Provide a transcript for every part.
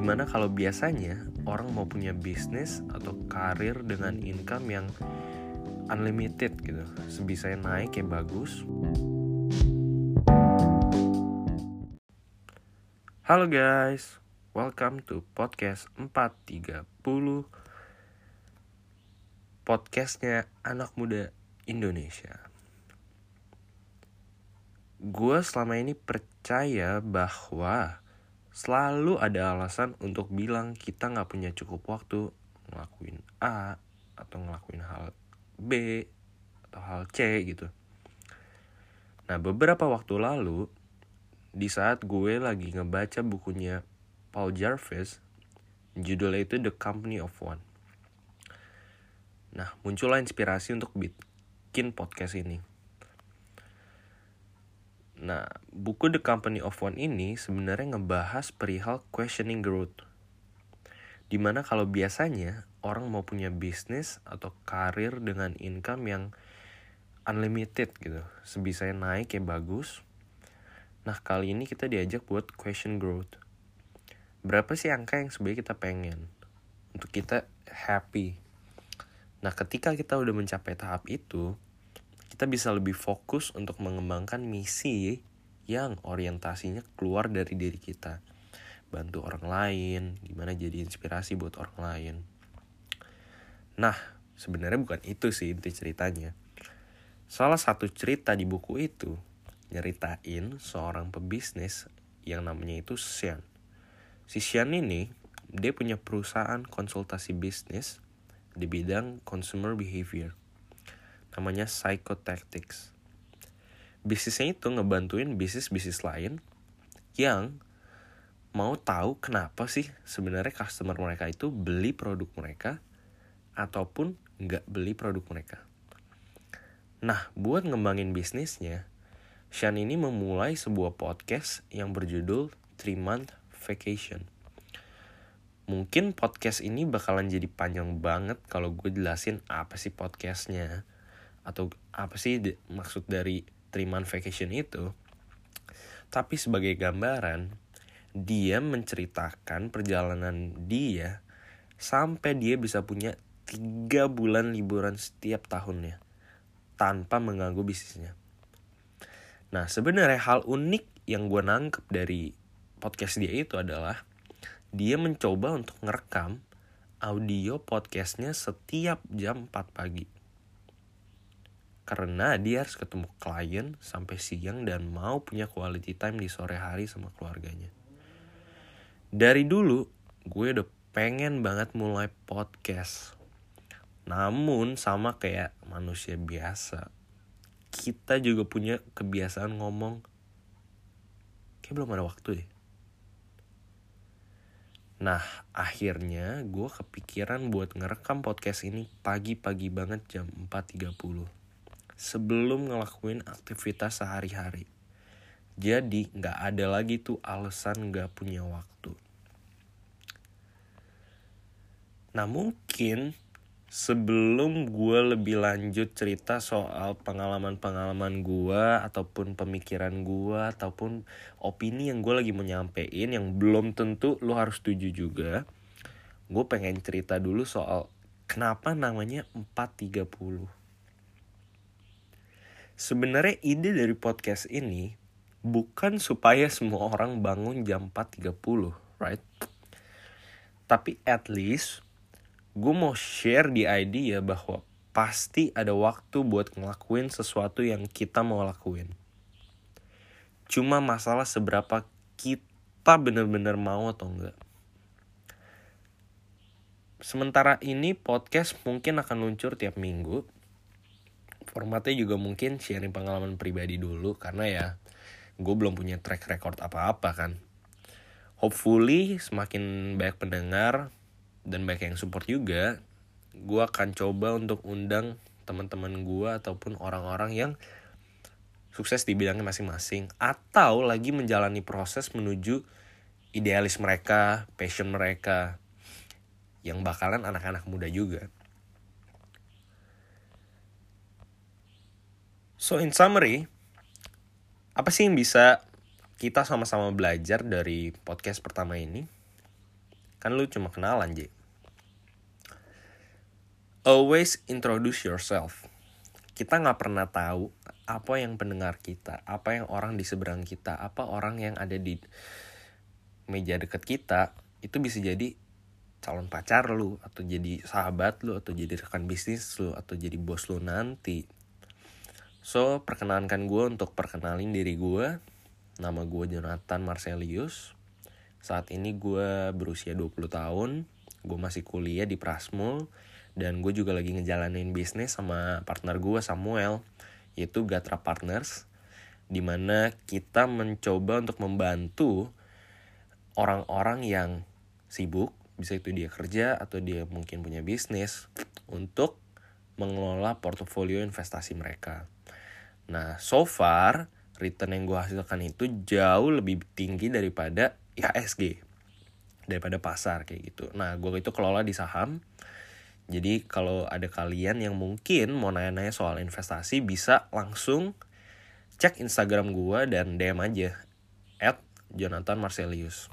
Dimana kalau biasanya orang mau punya bisnis atau karir dengan income yang unlimited gitu, sebisanya naik ya bagus. Halo guys, welcome to podcast 430, podcastnya anak muda Indonesia. Gue selama ini percaya bahwa selalu ada alasan untuk bilang kita gak punya cukup waktu ngelakuin A atau ngelakuin hal B atau hal C gitu. Nah, beberapa waktu lalu, di saat gue lagi ngebaca bukunya Paul Jarvis, judulnya itu The Company of One. Nah, muncullah inspirasi untuk bikin podcast ini. Nah, buku The Company of One ini sebenarnya ngebahas perihal questioning growth. Dimana kalau biasanya orang mau punya bisnis atau karir dengan income yang unlimited gitu, sebisanya naik ya bagus. Nah, kali ini kita diajak buat question growth. Berapa sih angka yang sebenarnya kita pengen untuk kita happy? Nah, ketika kita udah mencapai tahap itu, kita bisa lebih fokus untuk mengembangkan misi yang orientasinya keluar dari diri kita. Bantu orang lain, gimana jadi inspirasi buat orang lain. Nah, sebenarnya bukan itu sih inti ceritanya. Salah satu cerita di buku itu nyeritain seorang pebisnis yang namanya itu Sean. Si Sean ini, dia punya perusahaan konsultasi bisnis di bidang consumer behavior. Namanya Psychotactics. Bisnisnya itu ngebantuin bisnis-bisnis lain yang mau tahu kenapa sih sebenarnya customer mereka itu beli produk mereka ataupun nggak beli produk mereka. Nah, buat ngembangin bisnisnya, Sean ini memulai sebuah podcast yang berjudul 3-Month Vacation. Mungkin podcast ini bakalan jadi panjang banget kalau gue jelasin apa sih podcastnya atau apa sih maksud dari 3-Month Vacation itu. Tapi sebagai gambaran, dia menceritakan perjalanan dia sampai dia bisa punya 3 bulan liburan setiap tahunnya tanpa mengganggu bisnisnya. Nah, sebenarnya hal unik yang gue nangkep dari podcast dia itu adalah dia mencoba untuk ngerekam audio podcastnya setiap jam 4 pagi. Karena dia harus ketemu klien sampai siang dan mau punya quality time di sore hari sama keluarganya. Dari dulu, gue udah pengen banget mulai podcast. Namun sama kayak manusia biasa, kita juga punya kebiasaan ngomong, kayak belum ada waktu deh. Nah, akhirnya gue kepikiran buat ngerekam podcast ini pagi-pagi banget jam 4.30. Sebelum ngelakuin aktivitas sehari-hari. Jadi gak ada lagi tuh alasan gak punya waktu. Nah, mungkin sebelum gue lebih lanjut cerita soal pengalaman-pengalaman gue ataupun pemikiran gue ataupun opini yang gue lagi mau nyampein yang belum tentu lo harus setuju juga, gue pengen cerita dulu soal kenapa namanya 4.30. Sebenarnya ide dari podcast ini bukan supaya semua orang bangun jam 4.30, right? Tapi at least gue mau share the idea bahwa pasti ada waktu buat ngelakuin sesuatu yang kita mau lakuin. Cuma masalah seberapa kita benar-benar mau atau enggak. Sementara ini podcast mungkin akan luncur tiap minggu. Formatnya juga mungkin sharing pengalaman pribadi dulu karena ya gue belum punya track record apa-apa kan. Hopefully semakin banyak pendengar dan banyak yang support juga, gue akan coba untuk undang teman-teman gue ataupun orang-orang yang sukses di bidangnya masing-masing atau lagi menjalani proses menuju idealis mereka, passion mereka, yang bakalan anak-anak muda juga. So in summary, apa sih yang bisa kita sama-sama belajar dari podcast pertama ini? Kan lu cuma kenalan, J. Always introduce yourself. Kita gak pernah tahu apa yang pendengar kita, apa yang orang di seberang kita, apa orang yang ada di meja dekat kita, itu bisa jadi calon pacar lu, atau jadi sahabat lu, atau jadi rekan bisnis lu, atau jadi bos lu nanti. So, perkenankan gue untuk perkenalin diri gue. Nama gue Jonathan Marselius. Saat ini gue berusia 20 tahun. Gue masih kuliah di Prasmul. Dan gue juga lagi ngejalanin bisnis sama partner gue Samuel, yaitu Gatra Partners, dimana kita mencoba untuk membantu orang-orang yang sibuk, bisa itu dia kerja atau dia mungkin punya bisnis, untuk mengelola portofolio investasi mereka. Nah, so far return yang gue hasilkan itu jauh lebih tinggi daripada IHSG, daripada pasar kayak gitu. Nah, gue itu kelola di saham. Jadi kalau ada kalian yang mungkin mau nanya-nanya soal investasi, bisa langsung cek Instagram gue dan DM aja @JonathanMarselius.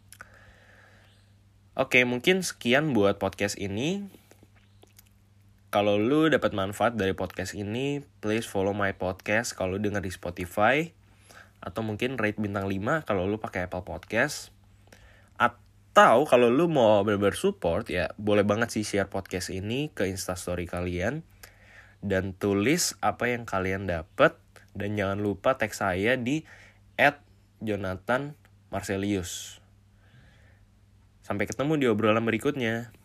Oke, mungkin sekian buat podcast ini. Kalau lu dapat manfaat dari podcast ini, please follow my podcast kalau lu denger di Spotify, atau mungkin rate bintang 5 kalau lu pakai Apple Podcast. Atau kalau lu mau bener-bener support, ya boleh banget sih share podcast ini ke Instastory kalian. Dan tulis apa yang kalian dapat. Dan jangan lupa tag saya di @JonathanMarselius. Sampai ketemu di obrolan berikutnya.